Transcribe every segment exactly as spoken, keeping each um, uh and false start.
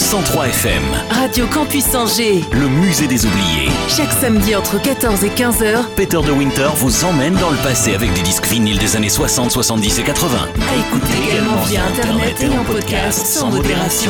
cent trois F M. Radio Campus Angers. Le musée des oubliés. Chaque samedi entre quatorze et quinze heures. Peter de Winter vous emmène dans le passé avec des disques vinyles des années soixante, soixante-dix et quatre-vingts. À écouter également via internet et en podcast sans modération.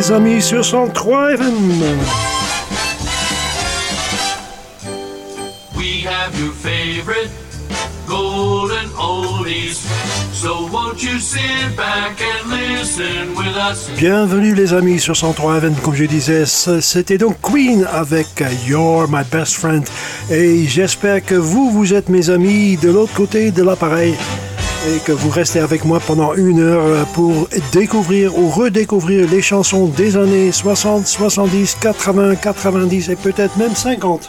les amis sur cent trois F M. We have your favorite golden oldies, so won't you sit back and listen with us. Bienvenue les amis sur cent trois F M, comme je disais, c'était donc Queen avec You're My Best Friend. Et j'espère que vous, vous êtes mes amis de l'autre côté de l'appareil. Et que vous restez avec moi pendant une heure pour découvrir ou redécouvrir les chansons des années soixante, soixante-dix, quatre-vingts, quatre-vingt-dix et peut-être même cinquante.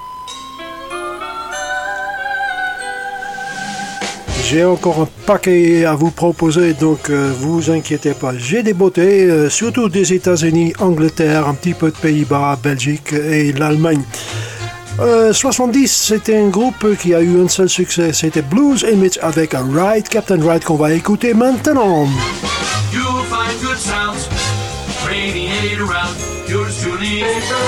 J'ai encore un paquet à vous proposer, donc euh, vous inquiétez pas. J'ai des beautés, euh, surtout des États-Unis, Angleterre, un petit peu de Pays-Bas, Belgique et l'Allemagne. Euh, soixante-dix, c'était un groupe qui a eu un seul succès, c'était Blues Image avec Ride, Captain Ride, qu'on va écouter maintenant. You'll find good sounds, radiate around, yours truly.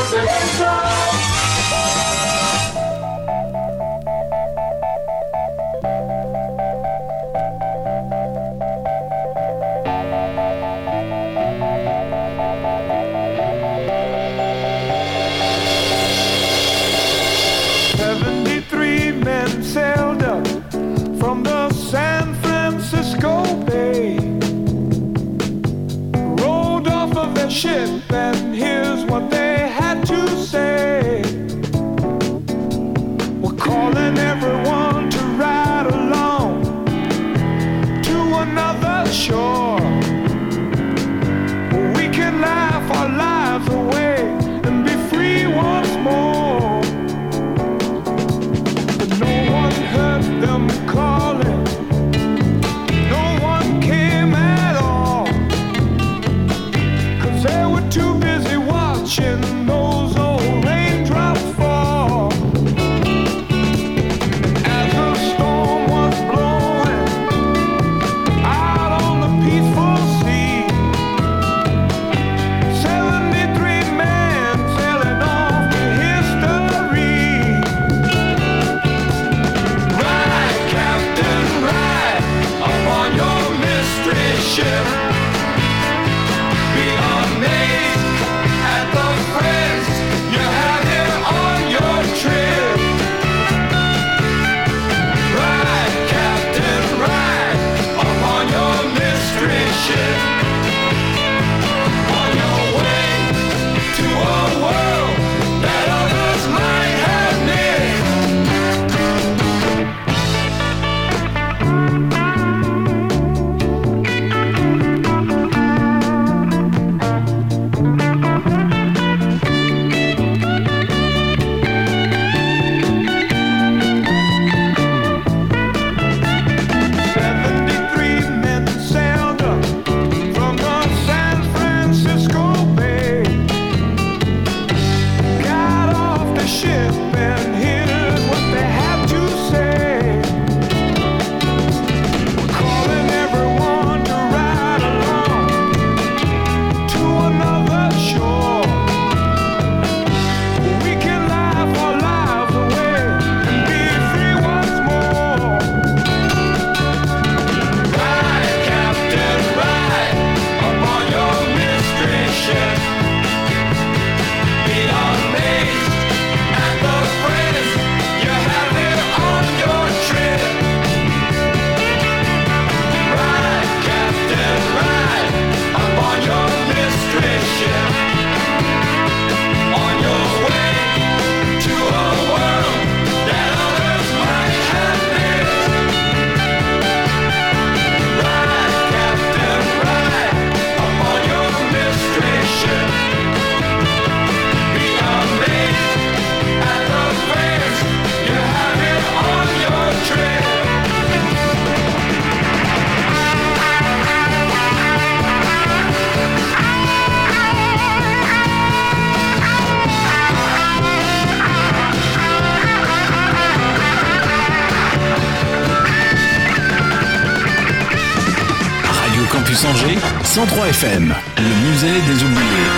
Sailed up from the San Francisco Bay, rolled off of their ship, and here's what they had to say. We're calling everyone to ride along to another shore, where we can laugh our lives away and be free once more. Heard them calling, no one came at all, 'cause they were too busy watching those old raindrops fall. As the storm was blowing out on the peaceful sea, seventy-three men sailing off to history. Ship. Be amazed at the friends you have here on your trip. Ride, Captain, ride upon your mystery ship, on your way to a world that others might have missed. cent trois F M, le musée des oubliés.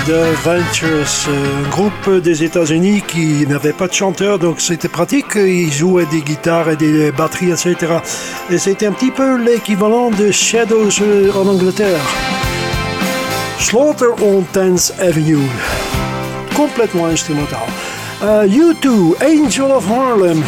The Ventures, un groupe des États-Unis qui n'avait pas de chanteur, donc c'était pratique. Ils jouaient des guitares et des batteries, et cetera. Et c'était un petit peu l'équivalent de Shadows en Angleterre. Slaughter on tenth Avenue, complètement instrumental. Uh, U two, Angel of Harlem.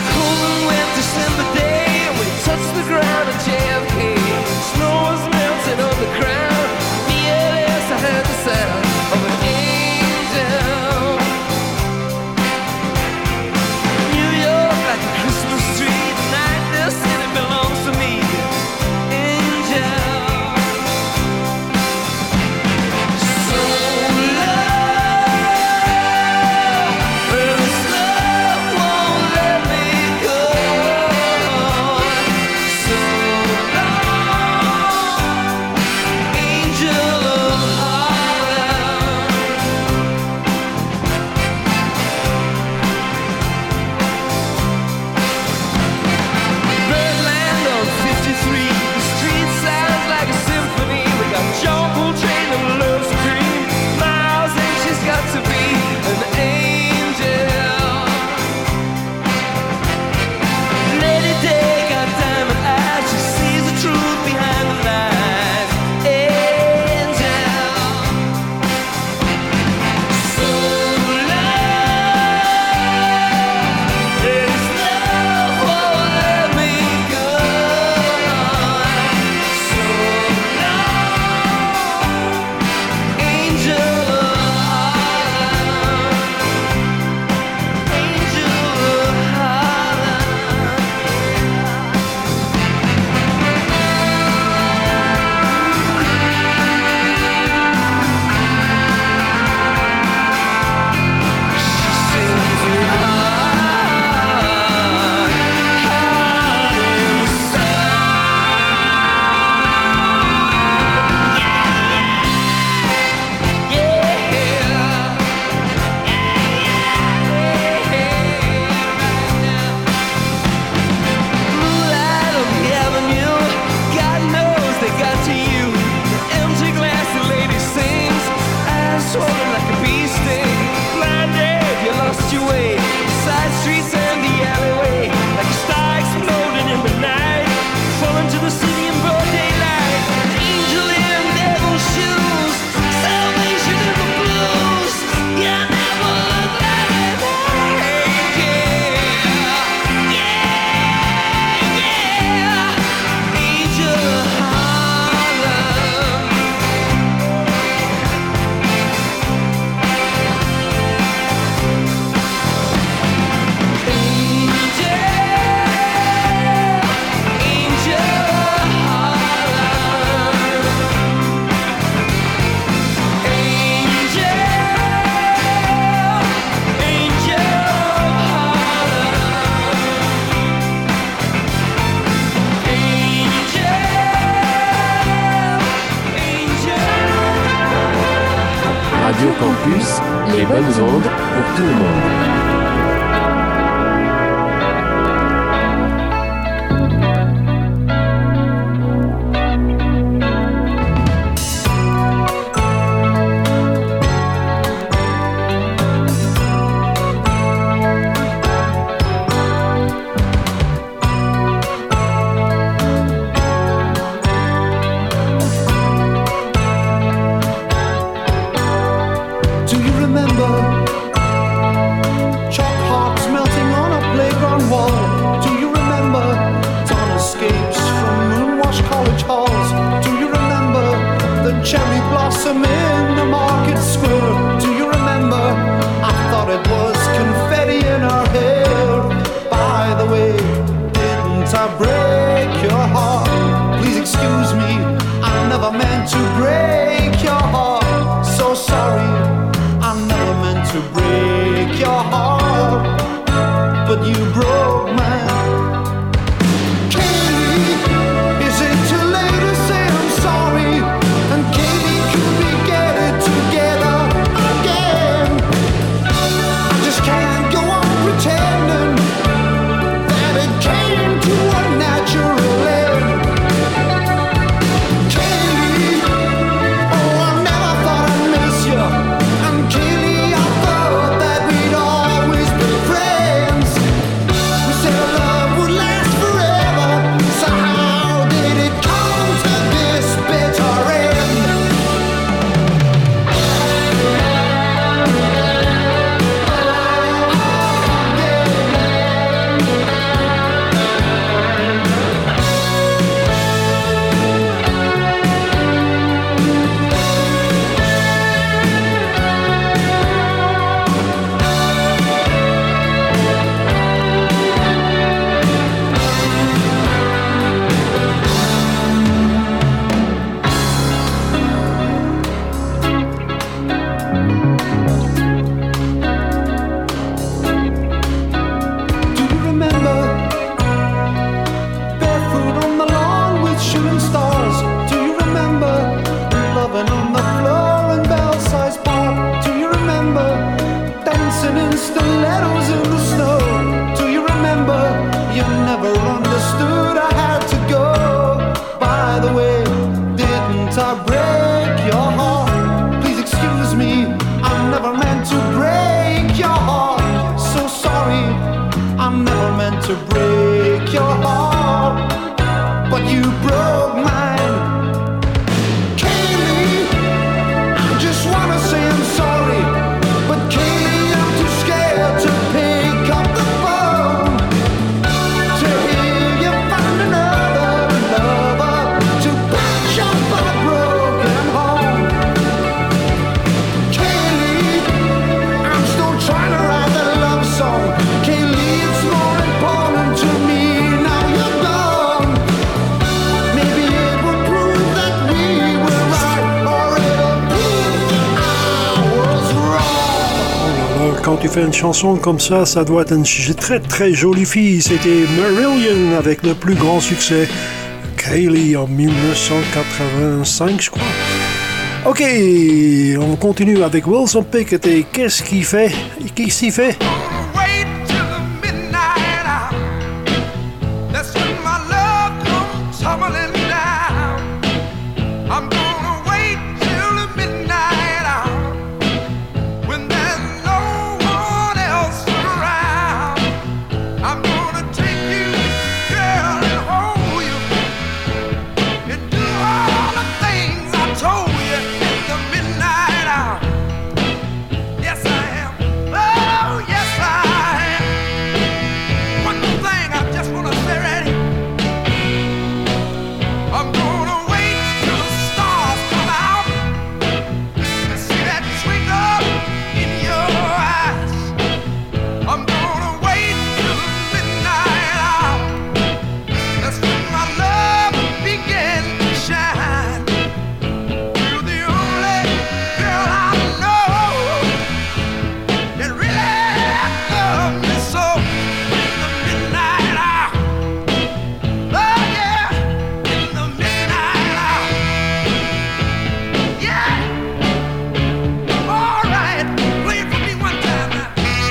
Radio Campus, les bonnes ondes pour tout le monde. Pretending that it came to an end. you broke mine. Kaylee, I just wanna say I'm sorry, but Kaylee, I'm too scared to pick up the phone to hear you find another lover to patch up a broken home. Kaylee, I'm still trying to write that love song. Kaylee, it's more important to me now you're gone. Maybe it will prove that we were right, or it'll prove that I was wrong. Alors, quand tu fais une chanson comme ça, ça doit être une ch- très très jolie fille. C'était Marillion avec le plus grand succès, Kaylee, en dix-neuf cent quatre-vingt-cinq, je crois. Ok, on continue avec Wilson Pickett et qu'est-ce qu'il fait? Qu'est-ce qu'il fait? Wait till the midnight hour. That's when my love comes tumbling down. I'm gonna wait till the midnight hour when there's no one else around. I'm gonna take you, girl, and hold you and do all the things I told you in the midnight hour. Yes, I am. Oh, yes, I am. One more thing I just wanna say right here. I'm gonna wait till the stars come out and see that twinkle in your eyes. I'm gonna wait till the midnight hour. That's when my love begins to shine. You're the only girl I know that really loves me so in the midnight hour. Oh yeah, in the midnight hour. Yeah. All right, play it for me one time now.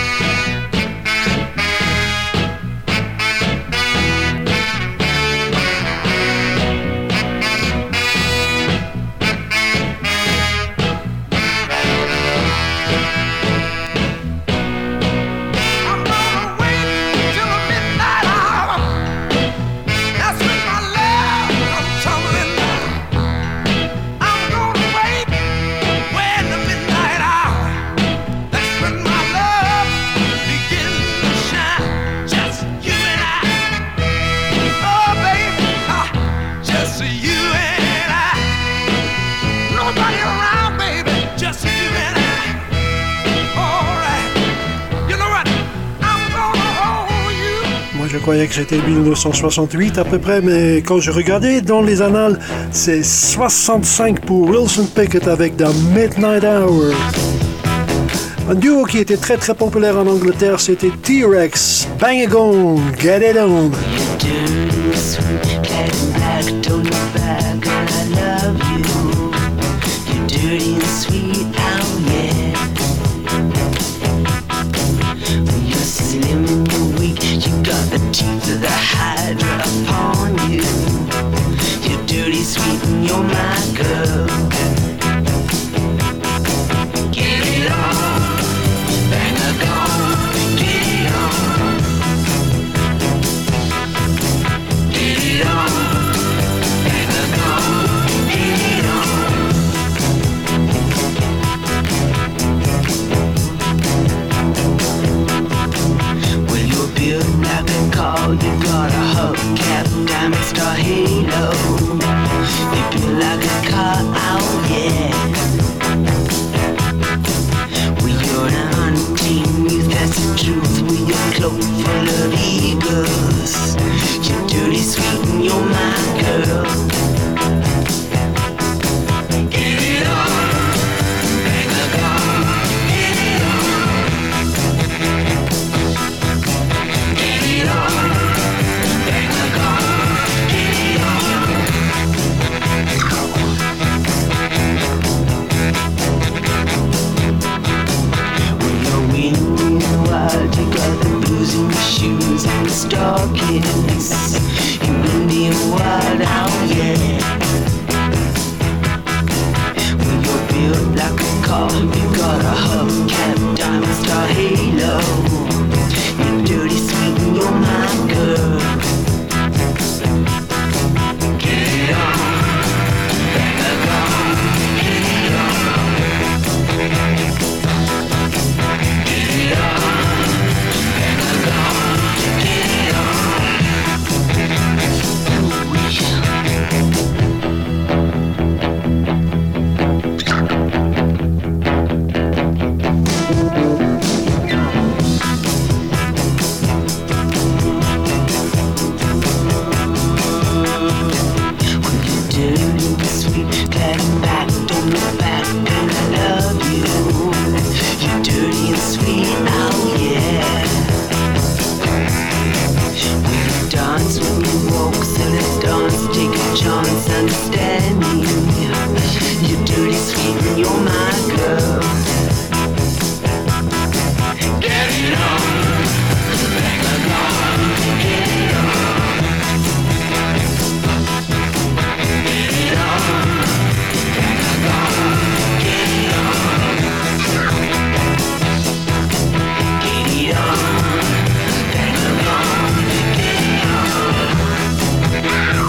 I'm gonna wait till the midnight hour. That's when my love comes tumbling down. I'm gonna wait when the midnight hour. That's when my love begins to shine. Just you and I. Oh baby, ah, just you and I. Nobody around, baby. Just you and I. All right. You know what? I'm gonna hold you. Moi, je croyais que c'était dix-neuf cent soixante-huit à peu près, mais quand je regardais dans les annales, c'est soixante-cinq pour Wilson Pickett avec The Midnight Hour. Un duo qui était très très populaire en Angleterre, c'était T-Rex, Bang It Gone, Get It On. Dirty, sweet, black and black, don't look back, girl, I love you. You're dirty and sweet, oh yeah. When you're slim and you're weak, you got the teeth of the Hydra upon you. You're dirty, sweet, and you're my girl. Get it on, bang a gone, get it on. Get it on, bang a gone, get it on. Well, you're built like a car, you got a hubcap, diamond star halo. You built like a car, oh yeah. Well, you're an untamed youth, that's the truth. With your cloak full of eagles, you're dirty, sweet, and you're my girl. Get it on, bang a gone, get it on. Get it on, bang a gone, get it on. When you're winning in the wild, you got the blues in your shoes and the stockings. You're winning wild, oh yeah. When you're built like a car, you got a hubcap, diamond star halo. You're dirty, sweet, and you're my girl. smoke, so let's dance, take a chance, understand me. You're dirty sweet and you're my girl. Get it on, bang a gong, get it on. Get it on, bang a gong, get it on. Get it on, bang a gong, get it on.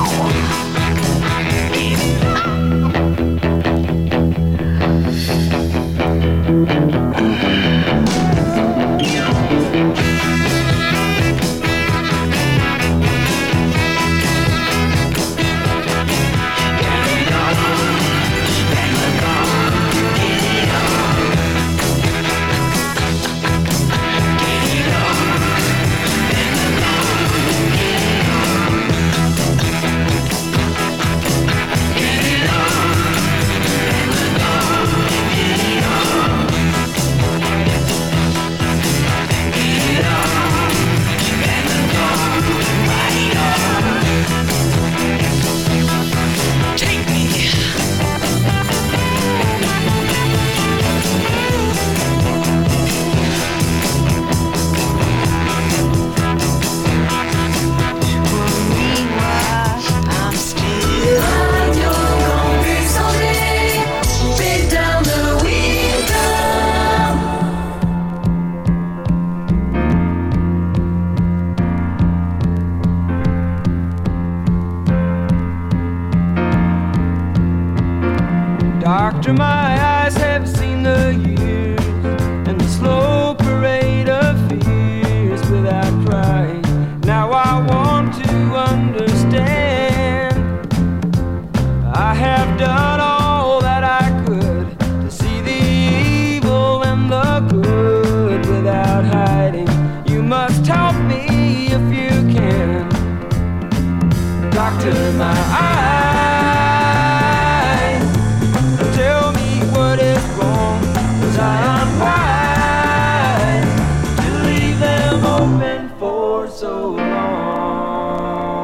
Doctor, my eyes have seen the years and the slow parade of fears without crying. Now I want to understand. I have done all that I could to see the evil and the good without hiding. You must help me if you can. Doctor, my eyes, tell me what is wrong, 'cause I am wise to leave them open for so long.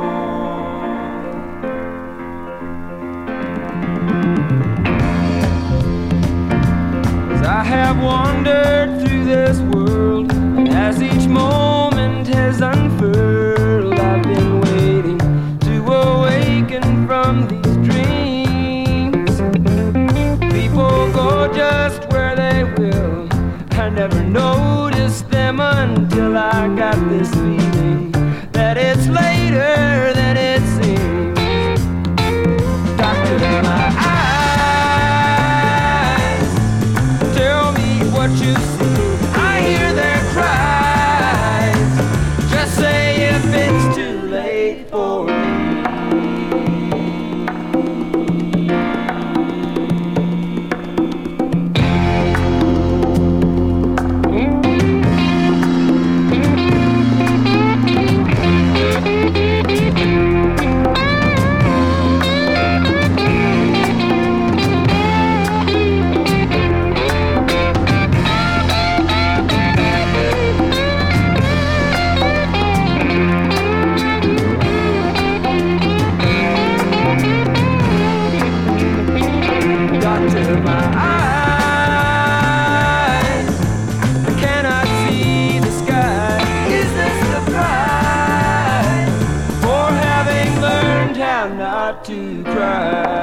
'Cause I have wandered through this world, and as each moment has unfurled, I've been waiting to awaken from these dreams. People go just where they will. I never noticed them until I got this feeling that it's later than it seems. Doctor, my eyes, tell me what you see. I hear their cries. Just say if it's too late for me. Doctor, my eyes cannot see the sky. Is this the price for having learned how not to cry?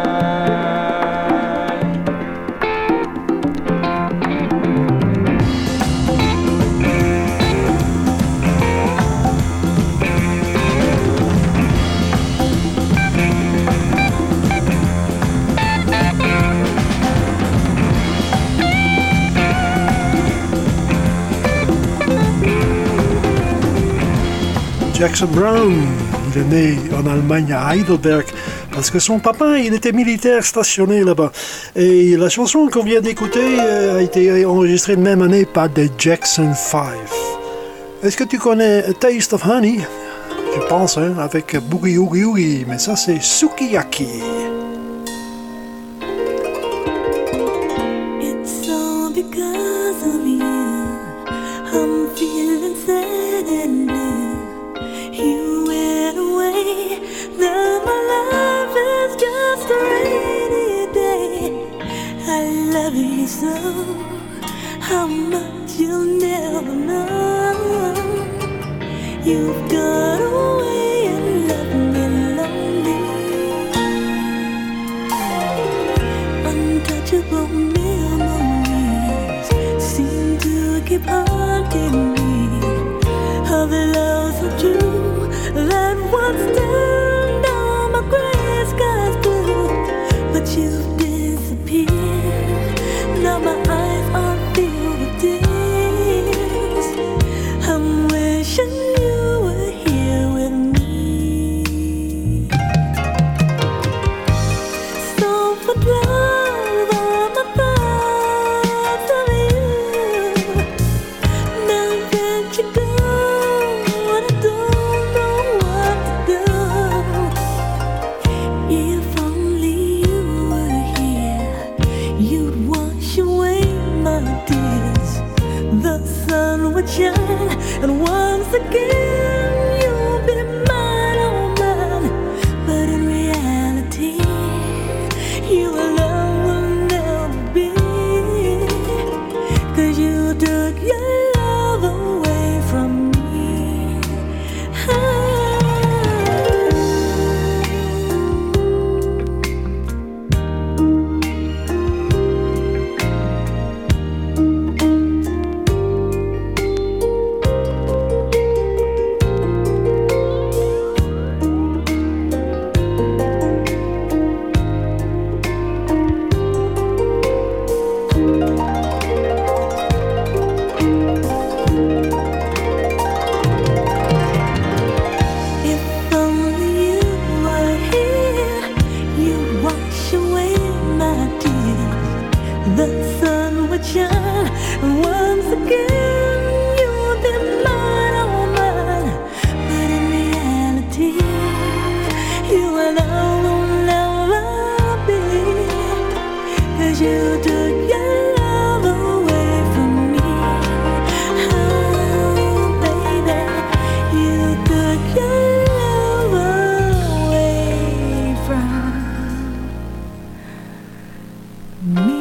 Jackson Browne, il est né en Allemagne à Heidelberg parce que son papa, il était militaire stationné là-bas. Et la chanson qu'on vient d'écouter euh, a été enregistrée la même année par The Jackson Five. Est-ce que tu connais A Taste of Honey? Je pense, hein, avec Boogie Oogie Oogie, mais ça c'est Sukiyaki. It's all because of you. I'm feeling sad and blue. You went away you so, how much you'll never know. You've gone away and left me lonely. Untouchable memories seem to keep haunting me of the love so true that once turned on my gray skies blue. But you've disappeared. Now my eyes are filled with tears. I'm wishing you were here with me. So for love, I'm a thoughts of you. Now that you're gone, I don't know what to do. If only you were here, you'd wash away my tears. The sun would shine, and once again you'll be mine, oh mine. But in reality, you alone will never be. 'Cause you took your love away from me. If only you were here, you'd wash away my tears. The sun would shine, and once again you'd be mine, oh mine. But in reality, you alone will never be. 'Cause you took your love away from me. Oh, baby, you took your love away from me.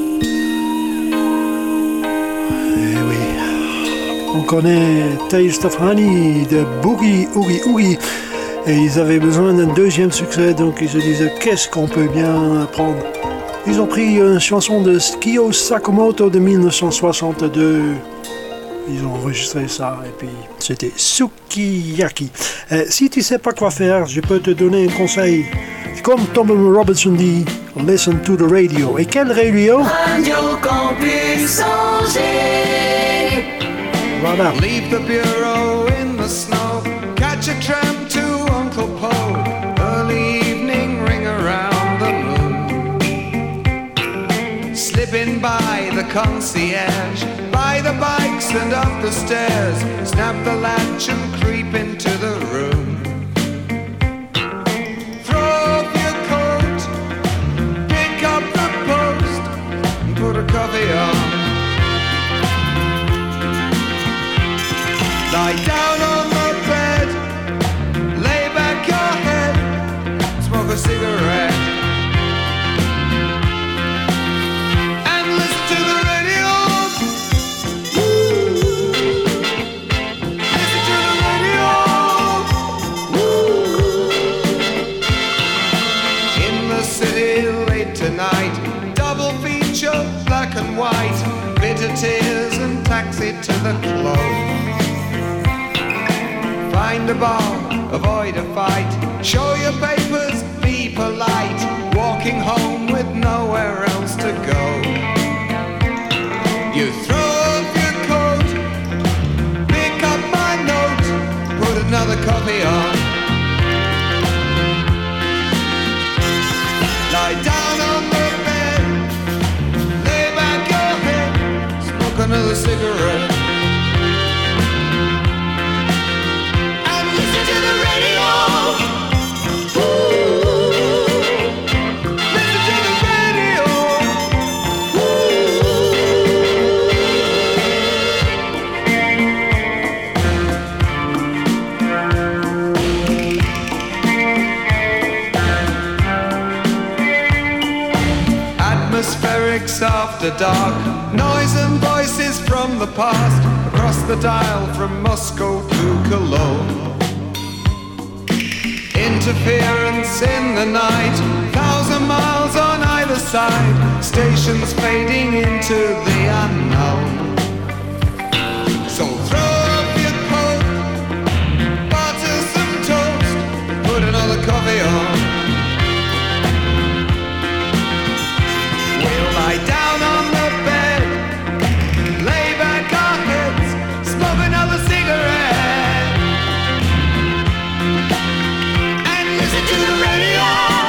Eh oui, on connaît Taste of Honey de Boogie Oogie Oogie. Et ils avaient besoin d'un deuxième succès, donc ils se disaient qu'est-ce qu'on peut bien prendre. Ils ont pris une chanson de Kyo Sakamoto de mille neuf cent soixante-deux. Ils ont enregistré ça et puis c'était Sukiyaki. Euh, si tu sais pas quoi faire, je peux te donner un conseil. Comme Tom Robinson dit, listen to the radio. Et quelle radio? Radio Campus Angers. Voilà. Leave the bureau in the snow. Catch a tram to Uncle Poe. Early evening, ring around the moon. Slipping by the concierge, by the bikes and up the stairs. Snap the latch and creep into the room. Throw off your coat, pick up the post, and put a coffee on. Lie down on the bed, lay back your head, smoke a cigarette, and listen to the radio. Listen to the radio. In the city late tonight, double feature, black and white, bitter tears and taxi to the club. Find a bar, avoid a fight, show your papers, be polite, walking home with nowhere else to go. You throw off your coat, pick up my note, put another copy on. Lie down on the bed, lay back your head, smoke another cigarette. breaks after dark. Noise and voices from the past, across the dial from Moscow to Cologne. Interference in the night, thousand miles on either side, stations fading into the unknown. So throw up your coat, butter some toast, put another coffee on. We'll lie down on the bed, lay back our heads, smoke another cigarette, and listen to the radio.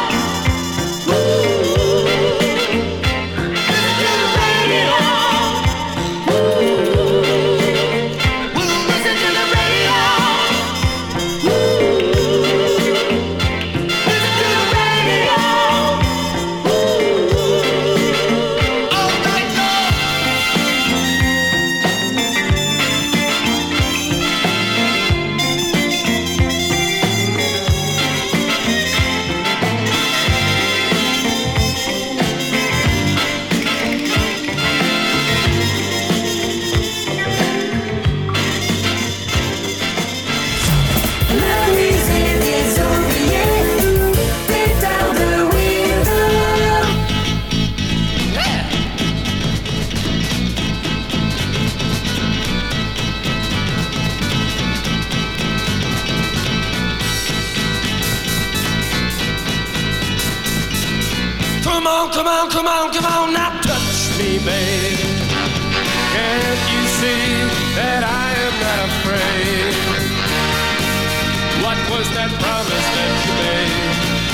Come on, come on, come on, now touch me, babe. Can't you see that I am not afraid? What was that promise that you made?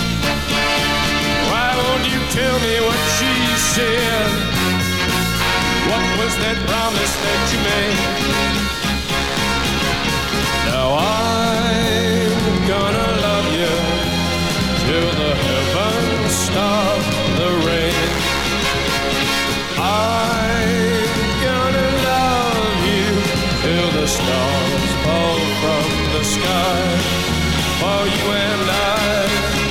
Why won't you tell me what she said? What was that promise that you made? Now I'm gonna love you till the heavens stop the rain. I'm gonna love you till the stars fall from the sky for you and I.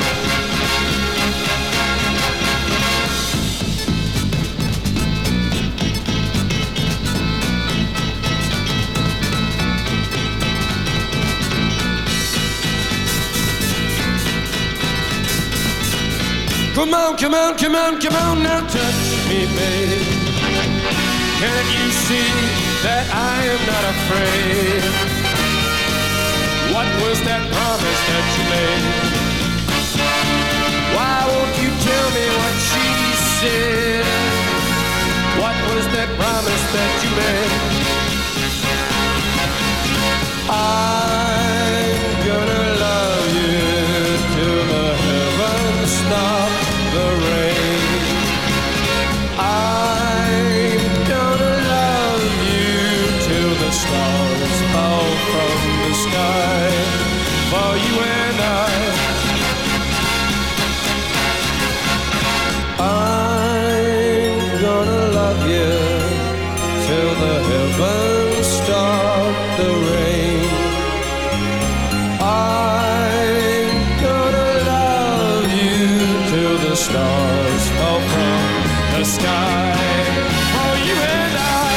Come on, come on, come on, come on, now touch me, babe. Can't you see that I am not afraid? What was that promise that you made? Why won't you tell me what she said? What was that promise that you made? I'm gonna love you till the heavens stop the rain. I'm gonna love you till the stars fall from the sky for you and I. I'm gonna love you till the heavens stop the rain. I'm gonna love you till the stars fall from the sky for you and I.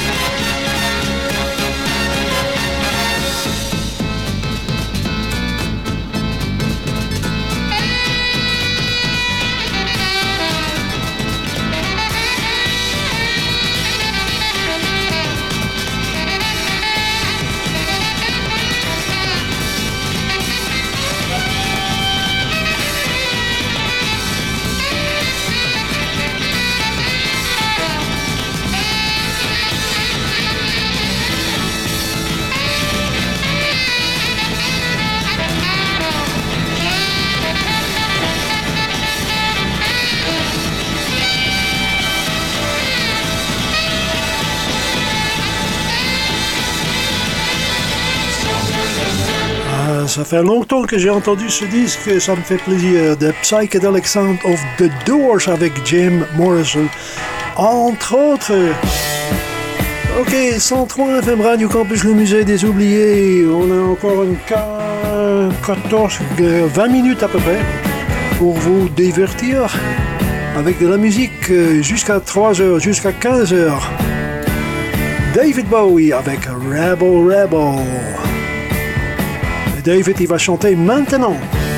Ça fait longtemps que j'ai entendu ce disque, ça me fait plaisir. The Psychedelic Sound of the Doors avec Jim Morrison, entre autres. Ok, cent trois F M Radio Campus, le musée des oubliés. On a encore une quatorze, vingt minutes à peu près pour vous divertir. avec de la musique euh, jusqu'à trois heures, jusqu'à quinze heures. David Bowie avec Rebel Rebel. Et David, il va chanter maintenant.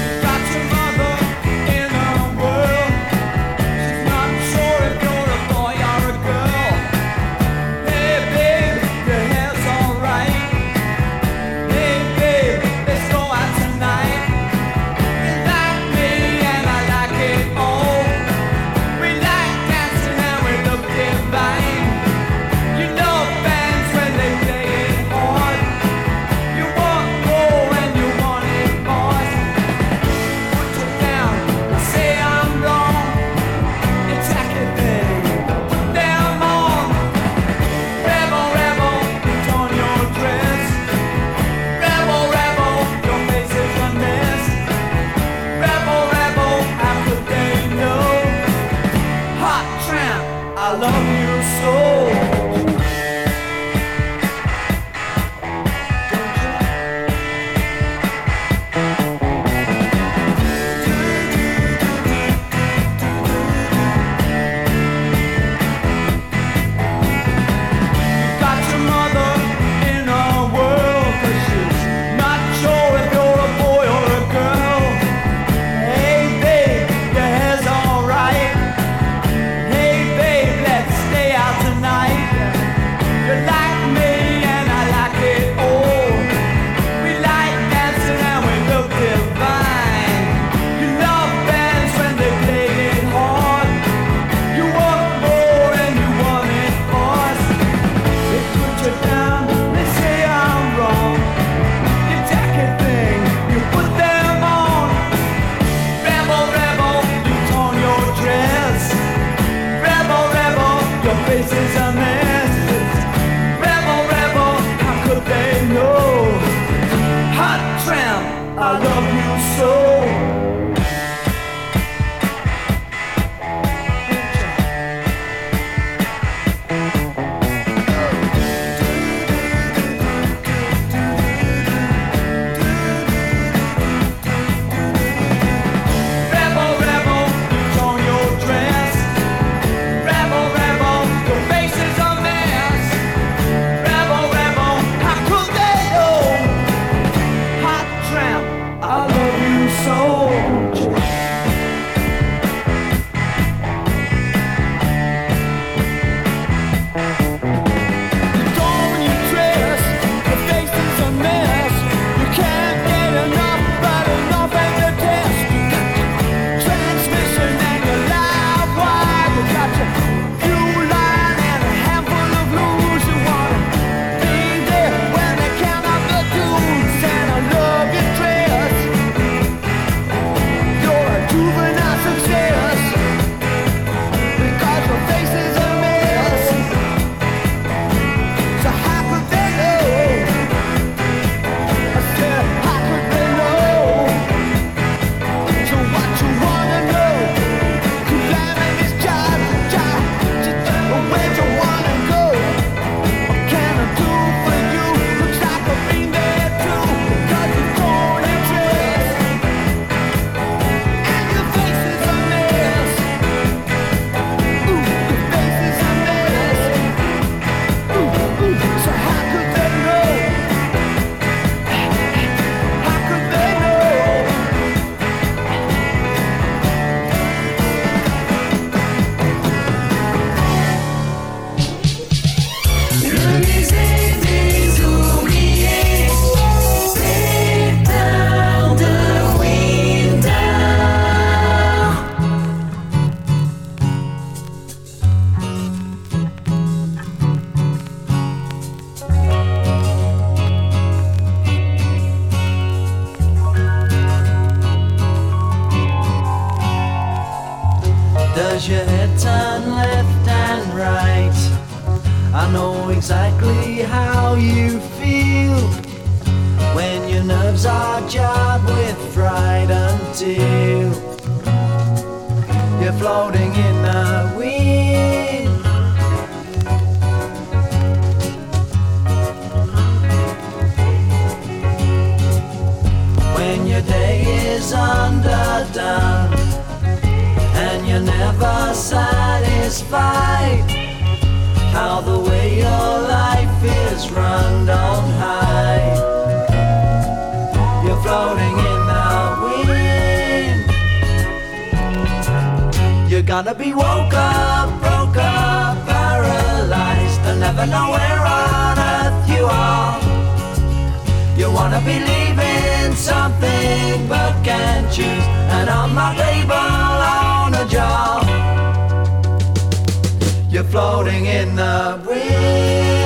Does your head turn left and right? I know exactly how you feel when your nerves are jarred with fright until you're floating in the wind. When your day is underdone and you never satisfied. How the way your life is run, don't hide. You're floating in the wind. You're gonna be woke up, broke up, paralyzed, and never know where on earth you are. You wanna believe in something but can't choose, and on my table on a jar, you're floating in the wind.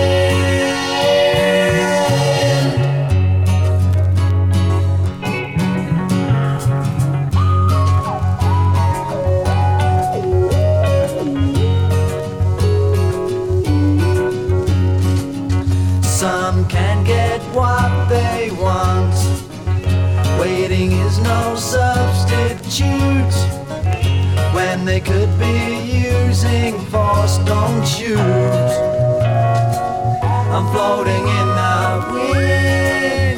Some can get what they want. Waiting is no substitute when they could be using force, don't shoot. I'm floating in the wind.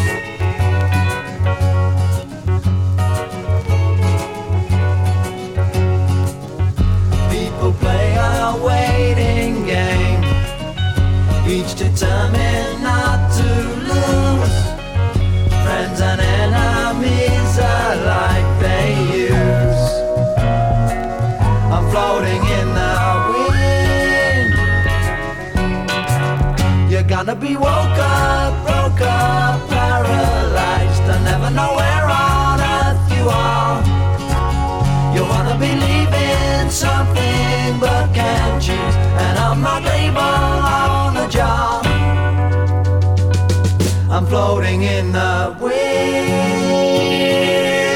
People play a waiting game, each determined not to lose. Friends and enemies alike they use. I'm floating in the wind. You're gonna be woke up, broke up, paralyzed, and never know where on earth you are. You wanna believe in something but can't choose, and I'm not able on a job. I'm floating in the wind.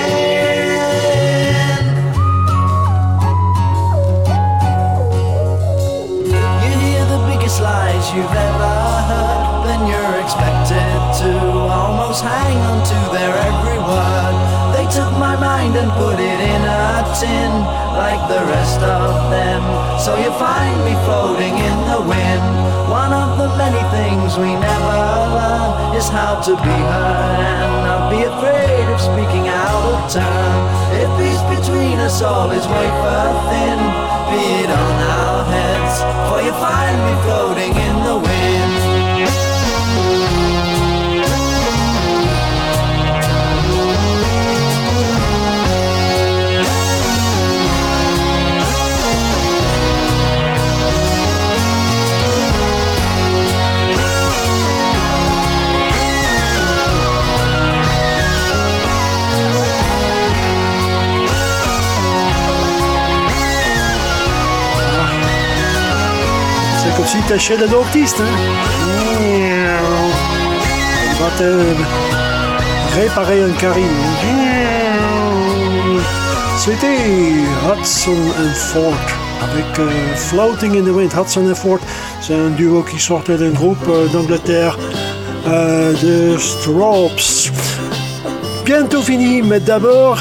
You hear the biggest lies you've ever heard, then you're expected to almost hang on to their every word. They took my mind and put it in a tin like the rest of them, so you find me floating in the wind. One of the many things we never learn is how to be heard and not be afraid of speaking out of turn. If peace between us all is wafer thin, be it on our heads, for you find me floating in the wind. Comme si t'es chez le dentiste, hein? Il va te réparer un carie. C'était Hudson and Ford avec euh, Floating in the Wind. Hudson and Ford, c'est un duo qui sortait d'un groupe euh, d'Angleterre, euh, de Stropes. Bientôt fini, mais d'abord...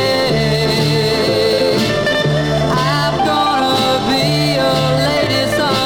Someday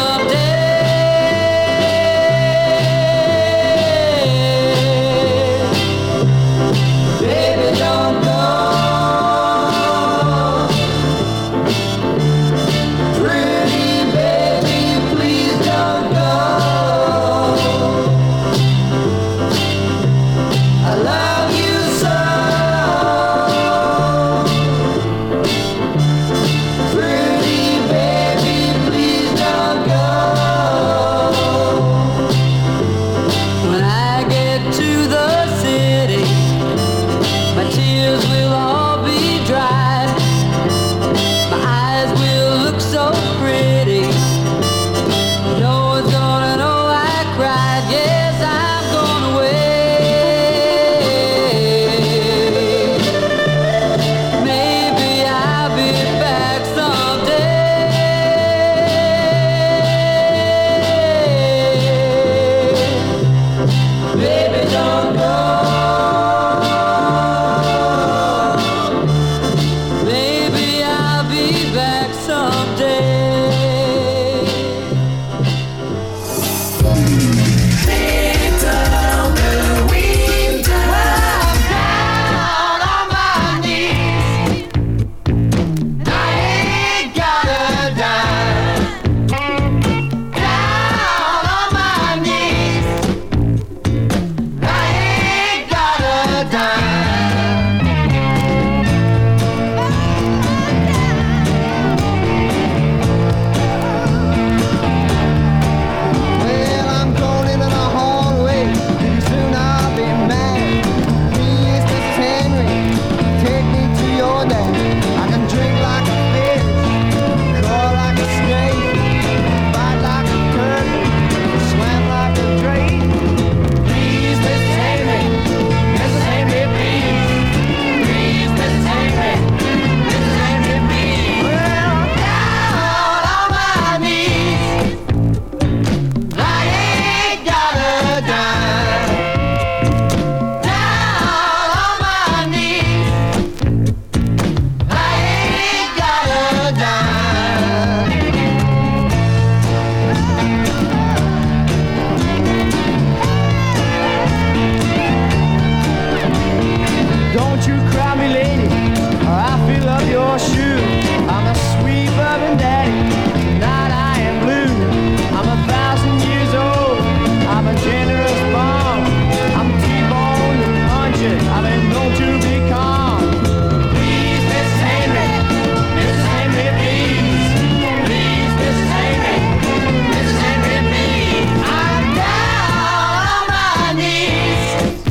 of your shoe. I'm a sweet loving daddy, tonight I am blue. I'm a thousand years old, I'm a generous bomb. I'm T-boned and punchy, I've been known to be calm. Please, Missus Henry, Missus Henry, please. Please, Missus Henry, Missus Henry, please. I'm down on my knees.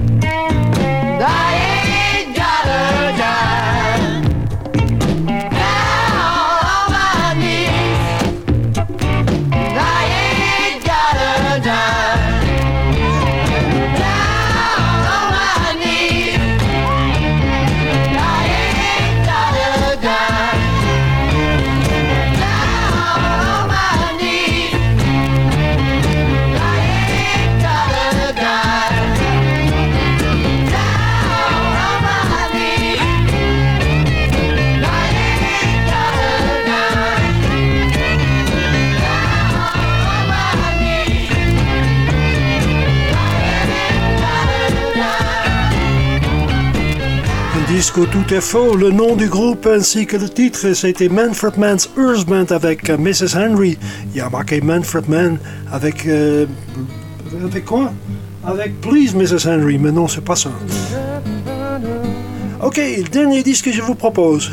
I ain't got a dime. Down on my knees. I ain't got a dime. Down on my knees. I ain't got a dime. Down on my knees. I ain't got a dime. Down on my knees. I ain't got a dime. Down on my knees. Un disco tout est faux, le nom du groupe ainsi que le titre, c'était Manfred Mann's Earth Band avec euh, missus Henry. Il y a marqué Manfred Mann avec... euh, avec quoi? Avec Please missus Henry, mais non, c'est pas ça. Ok, le dernier disque que je vous propose.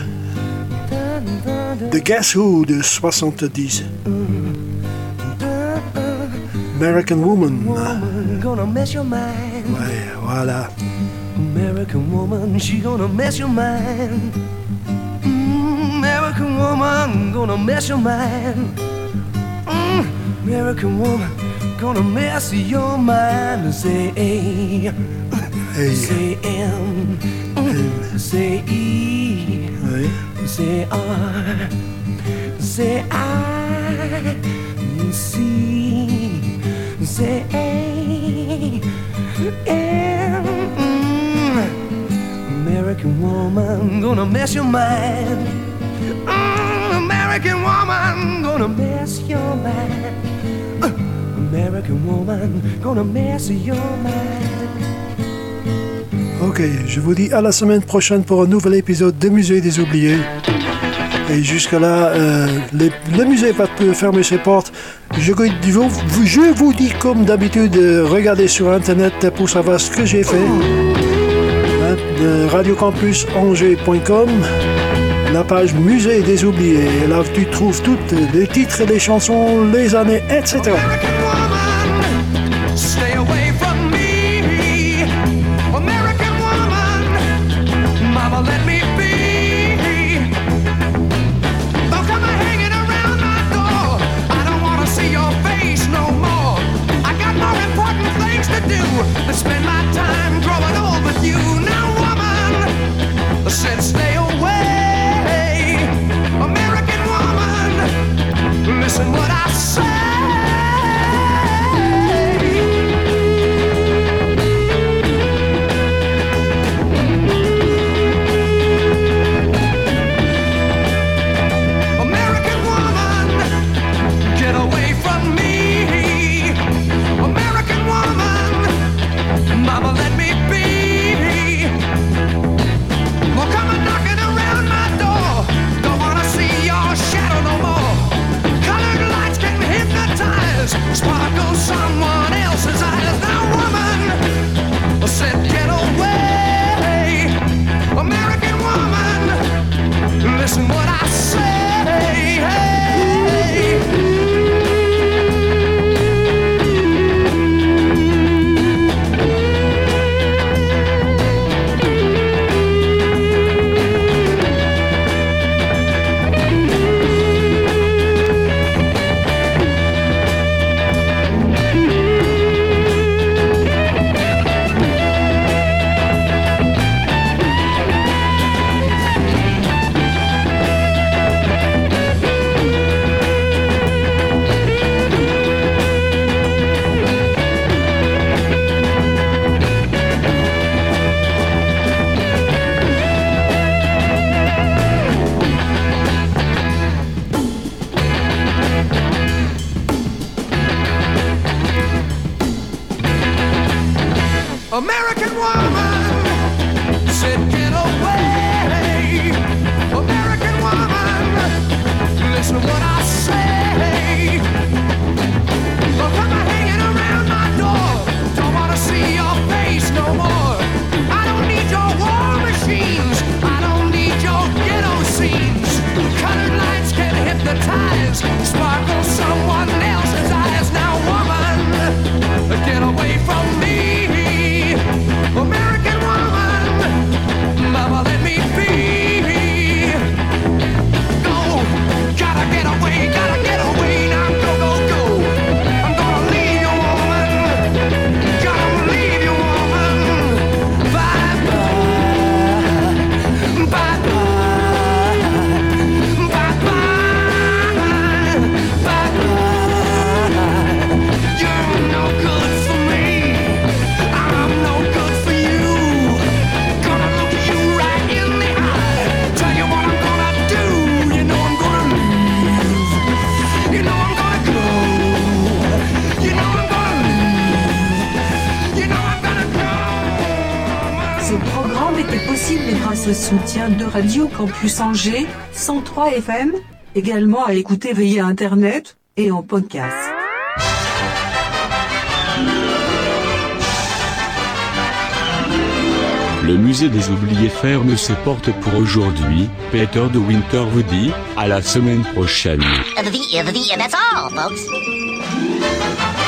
The Guess Who de soixante-dix. American Woman. Gonna mess your mind. Ouais, voilà. American woman, she gonna mess your mind. Mm, American woman, gonna mess your mind. Mm, American woman, gonna mess your mind. Say A, Hey. say M, mm, say E, Ouais. say R, say I, C, say A, M. American woman, gonna mess your mind. Mm, American woman, gonna mess your mind. Uh, American woman, gonna mess your mind. Ok, je vous dis à la semaine prochaine pour un nouvel épisode de Musée des Oubliés. Et jusque-là, euh, les- le musée va fermer ses portes. Je, vous- je vous dis comme d'habitude, euh, regardez sur Internet pour savoir ce que j'ai fait. Hein, de radio campus angers point com, la page Musée des Oubliés. Et là, tu trouves tous les titres, les chansons, les années, et cetera. Stay away from me, American woman. Mama, let me be. Don't come a hanging around my door. I don't wanna see your face no more. I got more important things to do than spend my time growing old with you. Now, woman, I said stay away, American woman. Listen what I say. American woman, get away from me. American woman, mama, let me be. Well, come a knocking around my door. Don't wanna see your shadow no more. Colored lights can hypnotize, sparkle someone else's eyes. Now, woman, I said get away. American woman, listen what I say. American woman said get away. American eyes sparkle someone else's eyes. Now, woman, get away from me. American woman, mama, let me be. Go, gotta get away, gotta get away. Now, go, go, go. I'm gonna leave you, woman. Gonna leave you, woman. Bye, bye. Bye, bye. Ce programme était possible grâce au soutien de Radio Campus Angers, cent trois F M, également à écouter via Internet et en podcast. Le musée des oubliés ferme ses portes pour aujourd'hui. Peter de Winter vous dit à la semaine prochaine. That's all, folks.